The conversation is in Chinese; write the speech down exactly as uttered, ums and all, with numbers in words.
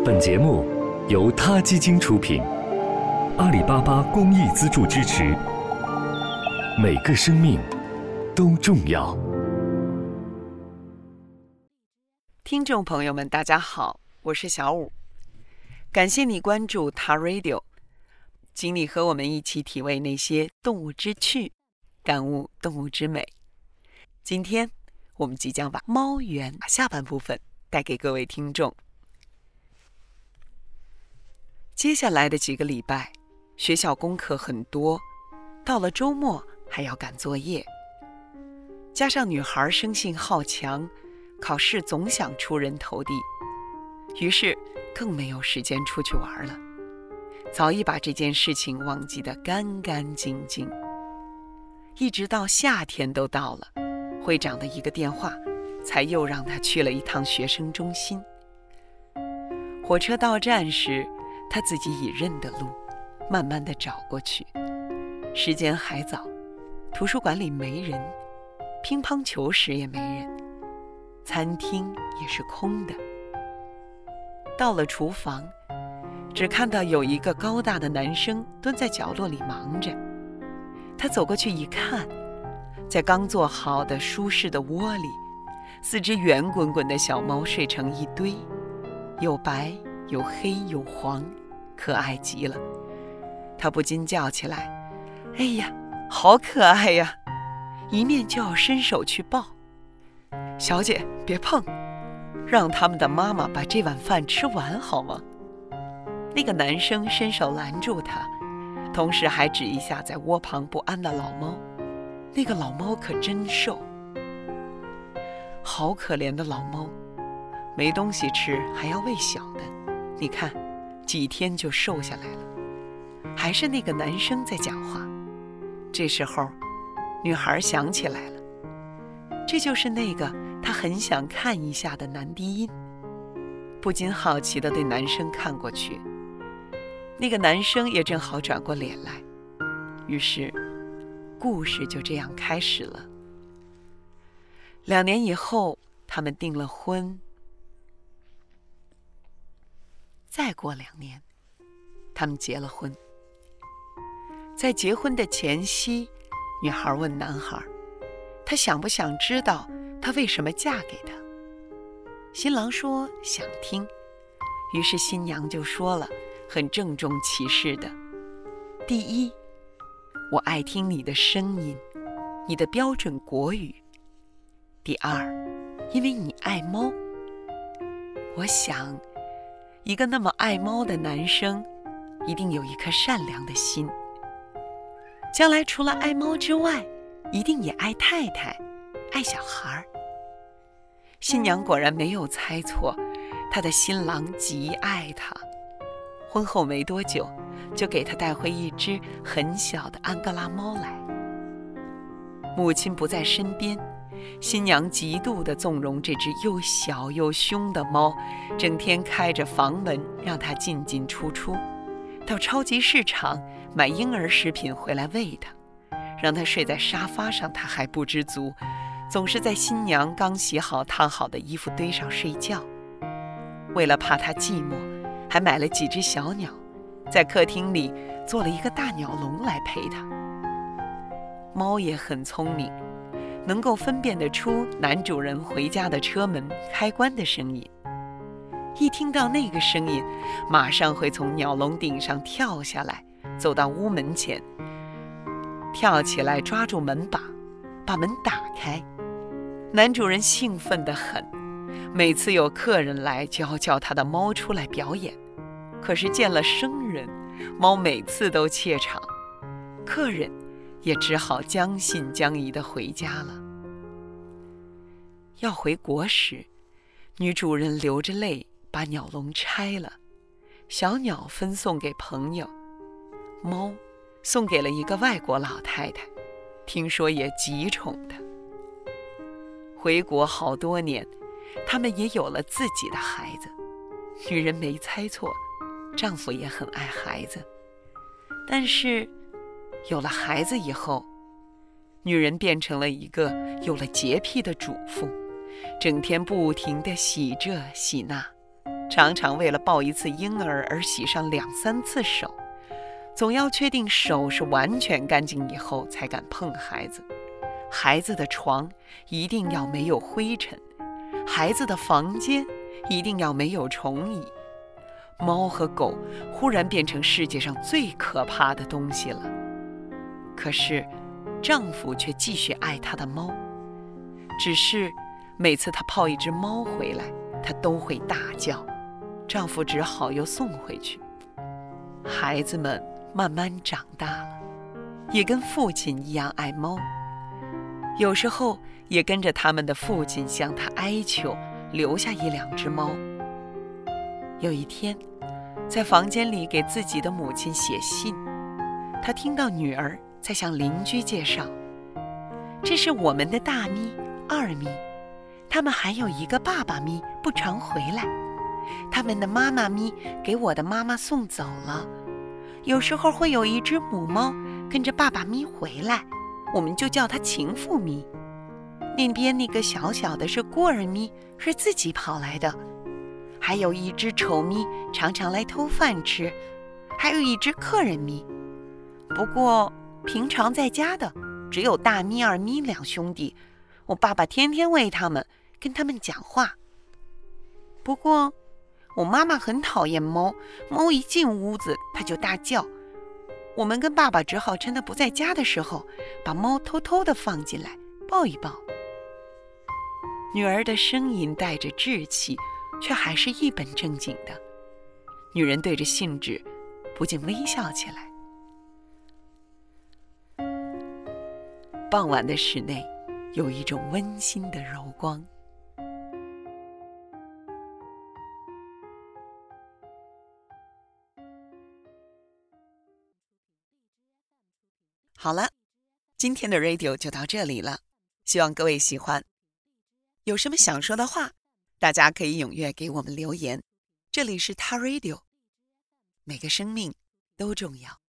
本节目由他基金出品，阿里巴巴公益资助支持。每个生命都重要。 听众朋友们，大家好，我是小武，感谢你关注他 Radio， 请你和我们一起体味那些动物之趣，感悟动物之美。今天我们即将把猫园下半部分带给各位听众。接下来的几个礼拜，学校功课很多，到了周末还要赶作业，加上女孩生性好强，考试总想出人头地，于是更没有时间出去玩了，早已把这件事情忘记得干干净净。一直到夏天都到了，会长的一个电话才又让他去了一趟学生中心。火车到站时，他自己已认得路，慢慢地找过去。时间还早，图书馆里没人，乒乓球室也没人，餐厅也是空的。到了厨房，只看到有一个高大的男生蹲在角落里忙着。他走过去一看，在刚做好的舒适的窝里，四只圆滚滚的小猫睡成一堆，有白有黑有黄，可爱极了。他不禁叫起来，哎呀，好可爱呀，一面就要伸手去抱。小姐别碰，让他们的妈妈把这碗饭吃完好吗？那个男生伸手拦住他，同时还指一下在窝旁不安的老猫。那个老猫可真瘦，好可怜的老猫，没东西吃还要喂小的，你看几天就瘦下来了。还是那个男生在讲话。这时候女孩想起来了，这就是那个她很想看一下的男低音，不禁好奇地对男生看过去。那个男生也正好转过脸来，于是故事就这样开始了。两年以后，他们订了婚。再过两年，他们结了婚。在结婚的前夕，女孩问男孩，他想不想知道她为什么嫁给他？新郎说想听，于是新娘就说了，很郑重其事的：第一，我爱听你的声音，你的标准国语。第二，因为你爱猫。我想，一个那么爱猫的男生，一定有一颗善良的心。将来除了爱猫之外，一定也爱太太，爱小孩。新娘果然没有猜错，她的新郎极爱她。婚后没多久，就给她带回一只很小的安哥拉猫来。母亲不在身边，新娘极度地纵容这只又小又凶的猫，整天开着房门让它进进出出，到超级市场买婴儿食品回来喂它，让它睡在沙发上它还不知足，总是在新娘刚洗好烫好的衣服堆上睡觉。为了怕它寂寞，还买了几只小鸟，在客厅里做了一个大鸟笼来陪它。猫也很聪明，能够分辨得出男主人回家的车门开关的声音。一听到那个声音，马上会从鸟笼顶上跳下来，走到屋门前，跳起来抓住门把，把门打开。男主人兴奋得很，每次有客人来就要叫他的猫出来表演。可是见了生人，猫每次都怯场，客人也只好将信将疑地回家了。要回国时，女主人流着泪把鸟笼拆了，小鸟分送给朋友，猫送给了一个外国老太太，听说也极宠她。回国好多年，他们也有了自己的孩子。女人没猜错，丈夫也很爱孩子。但是有了孩子以后，女人变成了一个有了洁癖的主妇，整天不停地洗这洗那， 常常为了抱一次婴儿而洗上两三次手，总要确定手是完全干净以后才敢碰孩子。孩子的床一定要没有灰尘，孩子的房间一定要没有虫蚁。猫和狗忽然变成世界上最可怕的东西了。可是丈夫却继续爱他的猫，只是每次他抱一只猫回来，他都会大叫，丈夫只好又送回去。孩子们慢慢长大了，也跟父亲一样爱猫，有时候也跟着他们的父亲向他哀求，留下一两只猫。有一天，在房间里给自己的母亲写信，他听到女儿在向邻居介绍，这是我们的大咪、二咪，他们还有一个爸爸咪不常回来，他们的妈妈咪给我的妈妈送走了，有时候会有一只母猫跟着爸爸咪回来，我们就叫它情妇咪。那边那个小小的是孤儿咪，是自己跑来的，还有一只丑咪常常来偷饭吃，还有一只客人咪。不过平常在家的只有大咪、二咪两兄弟，我爸爸天天喂他们，跟他们讲话。不过我妈妈很讨厌猫，猫一进屋子它就大叫，我们跟爸爸只好趁它不在家的时候，把猫偷偷地放进来抱一抱。女儿的声音带着稚气，却还是一本正经的。女人对着信纸不禁微笑起来。傍晚的室内有一种温馨的柔光。好了，今天的 radio 就到这里了，希望各位喜欢。有什么想说的话，大家可以踊跃给我们留言。这里是他 radio， 每个生命都重要。